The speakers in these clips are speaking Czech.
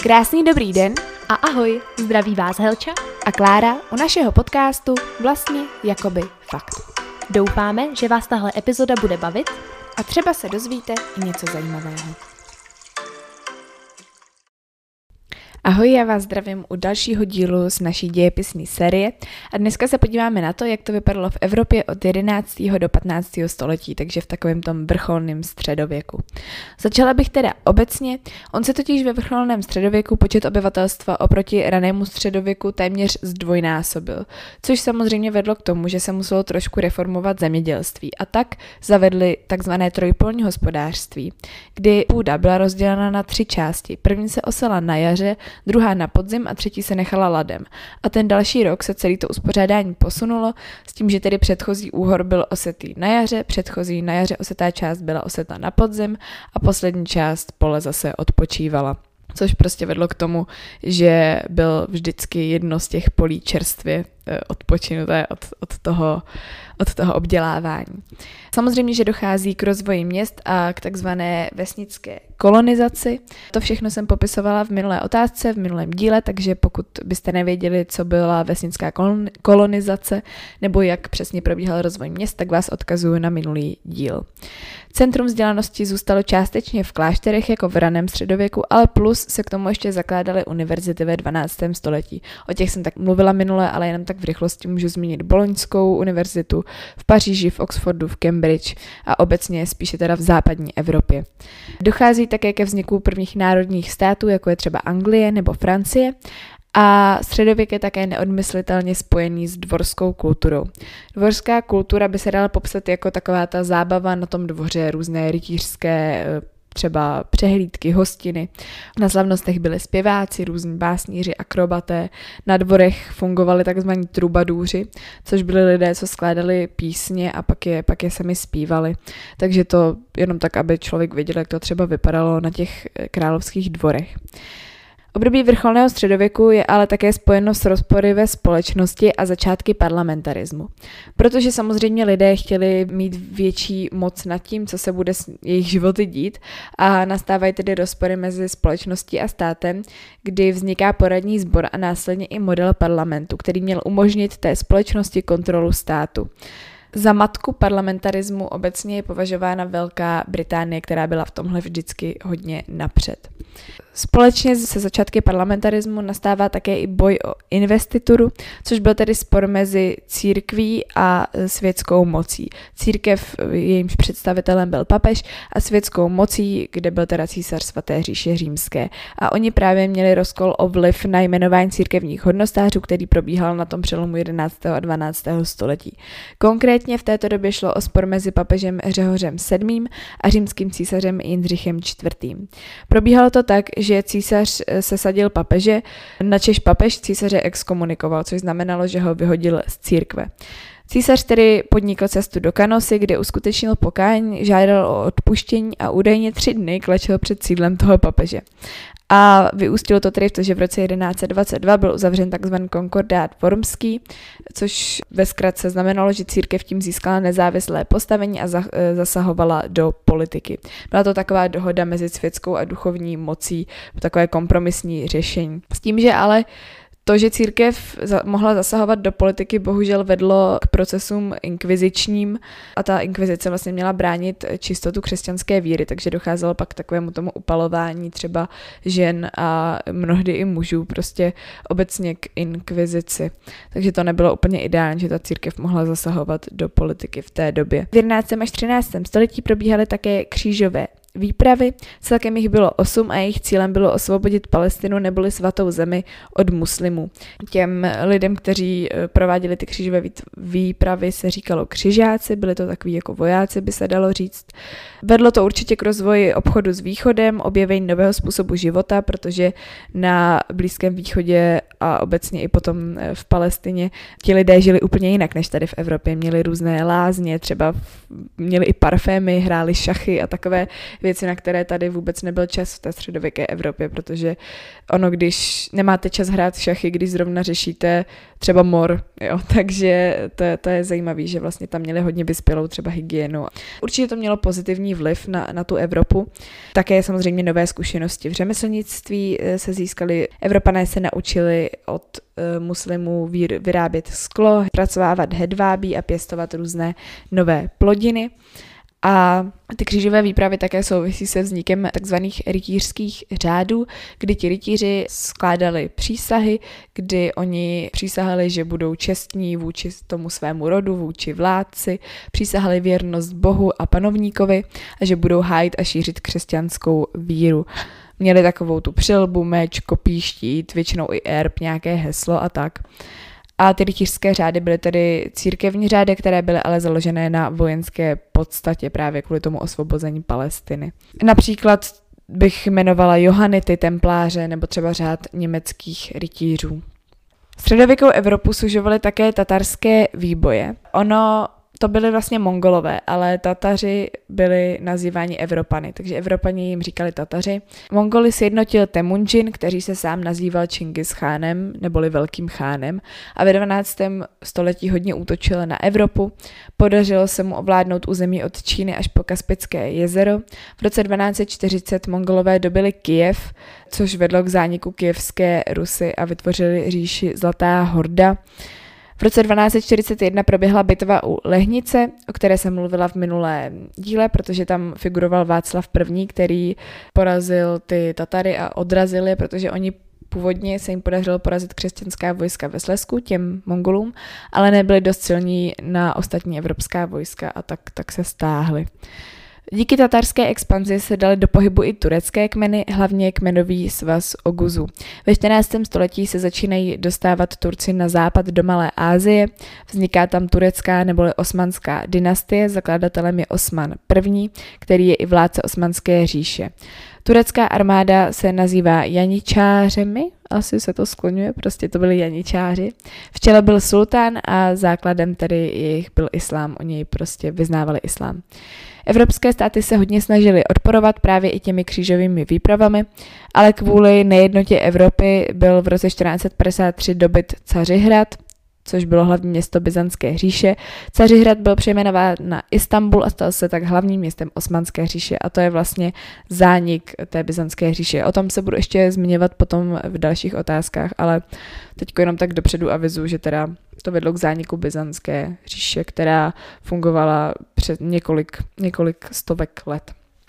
Krásný dobrý den a ahoj, zdraví vás Helča a Klára u našeho podcastu Vlastně jakoby fakt. Doufáme, že vás tahle epizoda bude bavit a třeba se dozvíte i něco zajímavého. Ahoj, já vás zdravím u dalšího dílu z naší dějepisné série a dneska se podíváme na to, jak to vypadalo v Evropě od 11. do 15. století, takže v takovém tom vrcholném středověku. Začala bych teda obecně, on se totiž ve vrcholném středověku počet obyvatelstva oproti ranému středověku téměř zdvojnásobil, což samozřejmě vedlo k tomu, že se muselo trošku reformovat zemědělství a tak zavedli takzvané trojpolní hospodářství, kdy půda byla rozdělena na 3 části. První se osela na jaře, druhá na podzim a třetí se nechala ladem. A ten další rok se celé to uspořádání posunulo s tím, že tedy předchozí úhor byl osetý na jaře, předchozí na jaře osetá část byla oseta na podzim a poslední část pole zase odpočívala. Což prostě vedlo k tomu, že byl vždycky jedno z těch polí čerstvě odpočinuté od toho obdělávání. Samozřejmě, že dochází k rozvoji měst a k takzvané vesnické kolonizaci. To všechno jsem popisovala v minulé otázce, v minulém díle, takže pokud byste nevěděli, co byla vesnická kolonizace nebo jak přesně probíhal rozvoj měst, tak vás odkazuju na minulý díl. Centrum vzdělanosti zůstalo částečně v klášterech jako v raném středověku, ale plus se k tomu ještě zakládaly univerzity ve 12. století. O těch jsem tak mluvila minule, ale jenom tak v rychlosti můžu zmínit Boloňskou univerzitu, v Paříži, v Oxfordu, v Cambridge a obecně spíše teda v západní Evropě. Dochází také ke vzniku prvních národních států, jako je třeba Anglie nebo Francie, a středověk je také neodmyslitelně spojený s dvorskou kulturou. Dvorská kultura by se dala popsat jako taková ta zábava na tom dvoře, různé rytířské třeba přehlídky, hostiny. Na slavnostech byli zpěváci, různí básníři, akrobaté. Na dvorech fungovali takzvaní trubadůři, což byli lidé, co skládali písně a pak je sami zpívali. Takže to jenom tak, aby člověk věděl, jak to třeba vypadalo na těch královských dvorech. Období vrcholného středověku je ale také spojeno s rozpory ve společnosti a začátky parlamentarismu. Protože samozřejmě lidé chtěli mít větší moc nad tím, co se bude s jejich životy dít a nastávají tedy rozpory mezi společností a státem, kdy vzniká poradní sbor a následně i model parlamentu, který měl umožnit té společnosti kontrolu státu. Za matku parlamentarismu obecně je považována Velká Británie, která byla v tomhle vždycky hodně napřed. Společně se začátky parlamentarismu nastává také i boj o investituru, což byl tedy spor mezi církví a světskou mocí. Církev, jejímž představitelem byl papež, a světskou mocí, kde byl teda císař Svaté říše římské. A oni právě měli rozkol o vliv na jmenování církevních hodnostářů, který probíhal na tom přelomu 11. a 12. století. Konkrétně v této době šlo o spor mezi papežem Řehořem VII. A římským císařem Jindřichem IV. Probíhalo to tak, že císař sesadil papeže, načež papež císaře exkomunikoval, což znamenalo, že ho vyhodil z církve. Císař tedy podnikl cestu do Kanosy, kde uskutečnil pokání, žádal o odpuštění a údajně 3 dny klečel před sídlem toho papeže. A vyústilo to tedy v to, že v roce 1122 byl uzavřen takzvaný konkordát wormský, což ve zkratce znamenalo, že církev tím získala nezávislé postavení a zasahovala do politiky. Byla to taková dohoda mezi světskou a duchovní mocí, takové kompromisní řešení. S tím, že ale to, že církev mohla zasahovat do politiky, bohužel vedlo k procesům inkvizičním a ta inkvizice vlastně měla bránit čistotu křesťanské víry, takže docházelo pak k takovému tomu upalování třeba žen a mnohdy i mužů, prostě obecně k inkvizici. Takže to nebylo úplně ideální, že ta církev mohla zasahovat do politiky v té době. V 11. až 13. století probíhaly také křížové výpravy, celkem jich bylo 8 a jejich cílem bylo osvobodit Palestinu neboli svatou zemi od muslimů. Těm lidem, kteří prováděli ty křížové výpravy, se říkalo křižáci, byli to takový jako vojáci, by se dalo říct. Vedlo to určitě k rozvoji obchodu s východem, objevení nového způsobu života, protože na Blízkém východě a obecně i potom v Palestině ti lidé žili úplně jinak než tady v Evropě. Měli různé lázně, třeba měli i parfémy, hráli šachy a takové věci, na které tady vůbec nebyl čas v té středověké Evropě, protože ono, když nemáte čas hrát šachy, když zrovna řešíte třeba mor, jo, takže to je zajímavé, že vlastně tam měli hodně vyspělou třeba hygienu. Určitě to mělo pozitivní vliv na tu Evropu. Také samozřejmě nové zkušenosti v řemeslnictví se získaly. Evropané se naučili od muslimů vyrábět sklo, zpracovávat hedvábí a pěstovat různé nové plodiny. A ty křížové výpravy také souvisí se vznikem takzvaných rytířských řádů, kdy ti rytíři skládali přísahy, kdy oni přísahali, že budou čestní vůči tomu svému rodu, vůči vládci, přísahali věrnost Bohu a panovníkovi a že budou hájit a šířit křesťanskou víru. Měli takovou tu přilbu, meč, kopí, štít, většinou i erb, nějaké heslo a tak. A ty rytířské řády byly tedy církevní řády, které byly ale založené na vojenské podstatě právě kvůli tomu osvobození Palestiny. Například bych jmenovala Johannity, templáře nebo třeba řád německých rytířů. Středověkou Evropu sužovaly také tatarské výboje. To byli vlastně Mongolové, ale Tataři byli nazýváni Evropany, takže Evropani jim říkali Tataři. Mongoly sjednotil Temujin, který se sám nazýval Čingis chánem, neboli Velkým chánem, a ve 12. století hodně útočil na Evropu. Podařilo se mu ovládnout území od Číny až po Kaspické jezero. V roce 1240 Mongolové dobyli Kyjev, což vedlo k zániku Kyjevské Rusy a vytvořili říši Zlatá Horda. V roce 1241 proběhla bitva u Lehnice, o které jsem mluvila v minulém díle, protože tam figuroval Václav I., který porazil ty Tatary a odrazil je, protože oni původně se jim podařilo porazit křesťanská vojska ve Slezsku, těm Mongolům, ale nebyli dost silní na ostatní evropská vojska a tak se stáhli. Díky tatarské expanzi se daly do pohybu i turecké kmeny, hlavně kmenový svaz Oguzů. Ve 14. století se začínají dostávat Turci na západ do Malé Asie, vzniká tam turecká neboli osmanská dynastie, zakladatelem je Osman I., který je i vládce Osmanské říše. Turecká armáda se nazývá Janičářemi, asi se to skloňuje, prostě to byli Janičáři. V čele byl sultán a základem tedy jejich byl islám, oni prostě vyznávali islám. Evropské státy se hodně snažily odporovat právě i těmi křížovými výpravami, ale kvůli nejednotě Evropy byl v roce 1453 dobyt Cařihrad, což bylo hlavní město Byzantské říše. Cařihrad byl přejmenován na Istanbul a stal se tak hlavním městem Osmanské říše a to je vlastně zánik té Byzantské říše. O tom se budu ještě zmiňovat potom v dalších otázkách, ale teďko jenom tak dopředu avizuju, že teda to vedlo k zániku Byzantské říše, která fungovala před několik stovek let.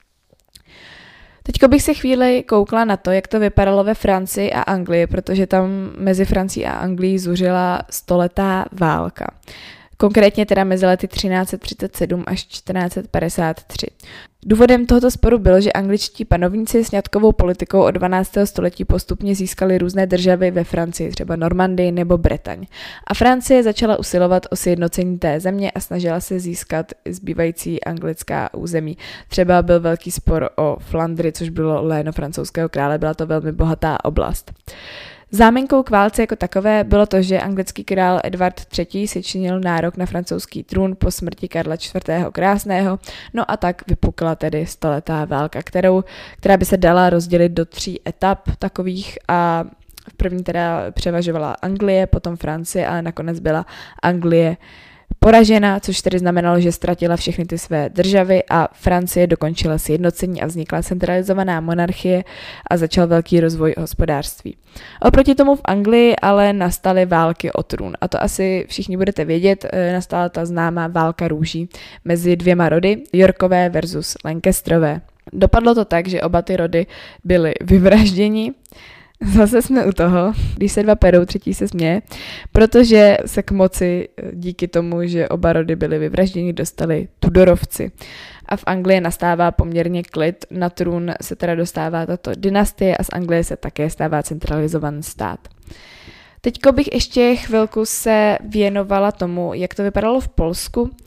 Teďko bych se chvíli koukla na to, jak to vypadalo ve Francii a Anglii, protože tam mezi Francií a Anglií zuřila stoletá válka. Konkrétně teda mezi lety 1337 až 1453. Důvodem tohoto sporu bylo, že angličtí panovníci sňatkovou politikou od 12. století postupně získali různé državy ve Francii, třeba Normandii nebo Bretaň. A Francie začala usilovat o sjednocení té země a snažila se získat zbývající anglická území. Třeba byl velký spor o Flandry, což bylo léno francouzského krále, byla to velmi bohatá oblast. Záminkou k válce jako takové bylo to, že anglický král Edward III. Si činil nárok na francouzský trůn po smrti Karla IV. Krásného, no a tak vypukla tedy stoletá válka, která by se dala rozdělit do 3 etap takových a v první teda převažovala Anglie, potom Francie, ale nakonec byla Anglie poražena, což tedy znamenalo, že ztratila všechny ty své državy a Francie dokončila sjednocení a vznikla centralizovaná monarchie a začal velký rozvoj hospodářství. Oproti tomu v Anglii ale nastaly války o trůn a to asi všichni budete vědět, nastala ta známá válka růží mezi 2 rody, Yorkové versus Lancasterové. Dopadlo to tak, že oba ty rody byly vyvražděni. Zase jsme u toho, když se 2 perou, třetí se směje, protože se k moci díky tomu, že oba rody byly vyvražděni, dostali Tudorovci. A v Anglii nastává poměrně klid, na trůn se teda dostává tato dynastie a z Anglie se také stává centralizovaný stát. Teďko bych ještě chvilku se věnovala tomu, jak to vypadalo v Polsku.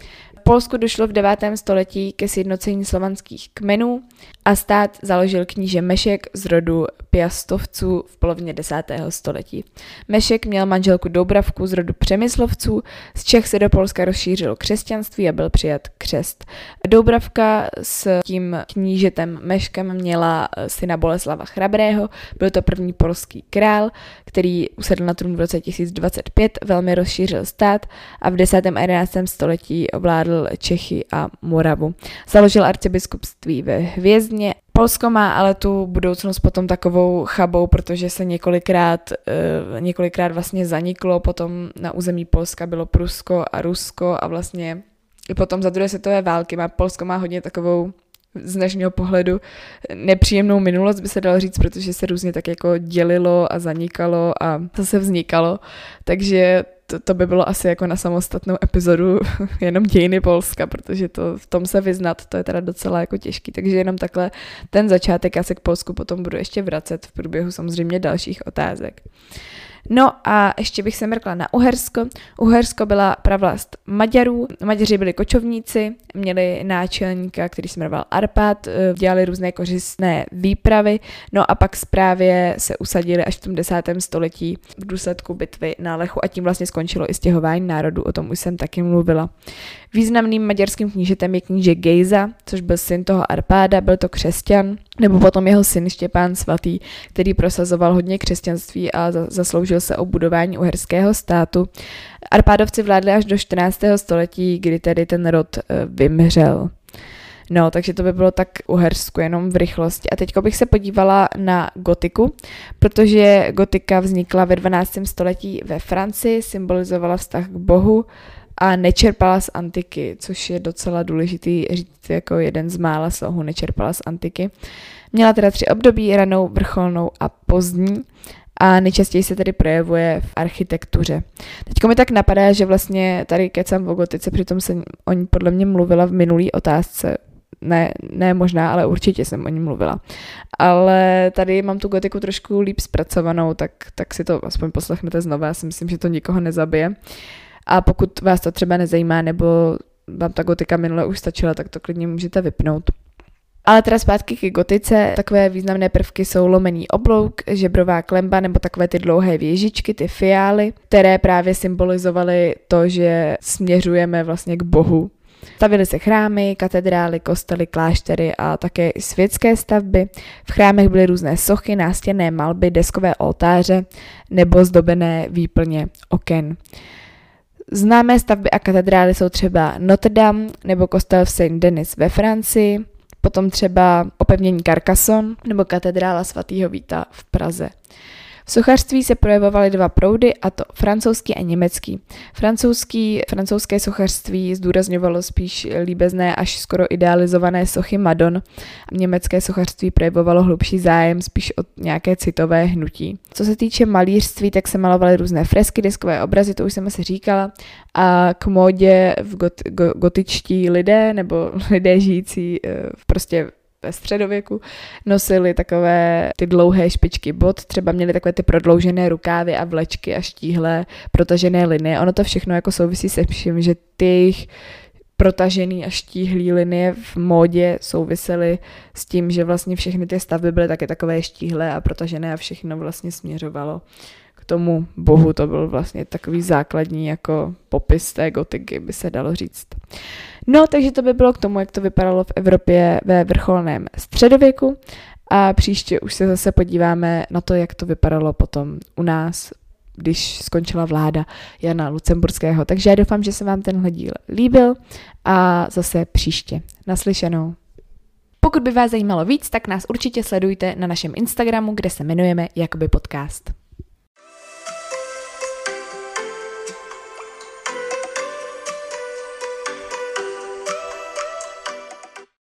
Polsku došlo v 9. století ke sjednocení slovanských kmenů a stát založil kníže Mešek z rodu Piastovců v polovině 10. století. Mešek měl manželku Doubravku z rodu Přemyslovců, z Čech se do Polska rozšířilo křesťanství a byl přijat křest. Doubravka s tím knížetem Meškem měla syna Boleslava Chrabrého, byl to první polský král, který usedl na trůn v roce 1025, velmi rozšířil stát a v 10. a 11. století ovládl Čechy a Moravu. Založil arcibiskupství ve Hvězdně. Polsko má ale tu budoucnost potom takovou chabou, protože se několikrát vlastně zaniklo, potom na území Polska bylo Prusko a Rusko a vlastně i potom za druhé světové války Polsko má hodně takovou z dnešního pohledu nepříjemnou minulost, by se dalo říct, protože se různě tak jako dělilo a zanikalo a zase vznikalo, takže to by bylo asi jako na samostatnou epizodu jenom dějiny Polska, protože to v tom se vyznat, to je teda docela jako těžký, takže jenom takhle ten začátek, já se k Polsku potom budu ještě vracet v průběhu samozřejmě dalších otázek. No a ještě bych se mrkla na Uhersko. Uhersko byla pravlast Maďarů. Maďaři byli kočovníci, měli náčelníka, který se jmenoval Arpád, dělali různé kořistné výpravy, no a pak právě se usadili až v tom 10. století v důsledku bitvy na Lechu a tím vlastně skončilo i stěhování národů, o tom už jsem taky mluvila. Významným maďarským knížetem je kníže Gejza, což byl syn toho Arpáda, byl to křesťan, nebo potom jeho syn Štěpán svatý, který prosazoval hodně křesťanství a zasloužil se o budování uherského státu. Arpádovci vládli až do 14. století, kdy tedy ten rod vymřel. No, takže to by bylo tak Uhersku jenom v rychlosti. A teďko bych se podívala na gotiku, protože gotika vznikla ve 12. století ve Francii, symbolizovala vztah k Bohu a nečerpala z antiky, což je docela důležitý říct jako jeden z mála slohů, nečerpala z antiky. Měla teda 3 období, ranou, vrcholnou a pozdní a nejčastěji se tedy projevuje v architektuře. Teďko mi tak napadá, že vlastně tady kecám o gotice, přitom jsem o ní podle mě mluvila v minulý otázce. Ne možná, ale určitě jsem o ní mluvila. Ale tady mám tu gotiku trošku líp zpracovanou, tak si to aspoň poslechnete znovu, já si myslím, že to nikoho nezabije. A pokud vás to třeba nezajímá, nebo vám ta gotika minule už stačila, tak to klidně můžete vypnout. Ale teda zpátky k gotice, takové významné prvky jsou lomený oblouk, žebrová klemba nebo takové ty dlouhé věžičky, ty fiály, které právě symbolizovaly to, že směřujeme vlastně k Bohu. Stavily se chrámy, katedrály, kostely, kláštery a také i světské stavby. V chrámech byly různé sochy, nástěnné malby, deskové oltáře nebo zdobené výplně oken. Známé stavby a katedrály jsou třeba Notre Dame nebo kostel v Saint-Denis ve Francii, potom třeba opevnění Carcassonne nebo katedrála svatého Víta v Praze. V sochařství se projevovaly 2 proudy, a to francouzský a německý. Francouzské sochařství zdůrazňovalo spíš líbezné až skoro idealizované sochy Madon. Německé sochařství projevovalo hlubší zájem spíš od nějaké citové hnutí. Co se týče malířství, tak se malovaly různé fresky, deskové obrazy, to už jsem asi říkala. A k módě v gotičtí lidé nebo lidé žijící prostě ve středověku nosili takové ty dlouhé špičky bot, třeba měli takové ty prodloužené rukávy a vlečky a štíhlé protažené linie. Ono to všechno jako souvisí se vším, že ty jejich protažený a štíhlý linie v módě souvisely s tím, že vlastně všechny ty stavby byly taky takové štíhlé a protažené a všechno vlastně směřovalo k tomu Bohu. To byl vlastně takový základní jako popis té gotiky, by se dalo říct. No, takže to by bylo k tomu, jak to vypadalo v Evropě ve vrcholném středověku a příště už se zase podíváme na to, jak to vypadalo potom u nás, když skončila vláda Jana Lucemburského. Takže já doufám, že se vám tenhle díl líbil a zase příště. Naslyšenou. Pokud by vás zajímalo víc, tak nás určitě sledujte na našem Instagramu, kde se jmenujeme Jakoby podcast.